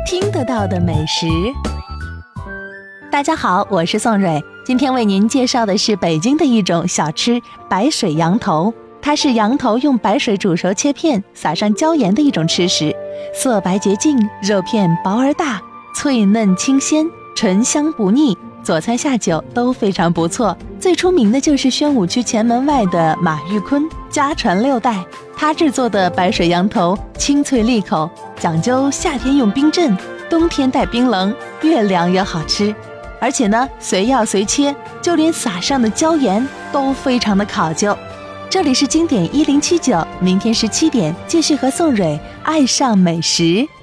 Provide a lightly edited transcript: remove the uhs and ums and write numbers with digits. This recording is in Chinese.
听得到的美食。大家好，我是宋蕊，今天为您介绍的是北京的一种小吃白水羊头。它是羊头用白水煮熟切片，撒上椒盐的一种吃食，色白洁净，肉片薄而大，脆嫩清鲜，醇香不腻，佐餐下酒都非常不错。最出名的就是宣武区前门外的马玉坤，家传6代。他制作的白水羊头清脆利口，讲究夏天用冰镇，冬天带冰冷，越凉越好吃。而且呢，随要随切，就连撒上的椒盐都非常的考究。这里是经典1079，明天17点继续和宋蕊爱上美食。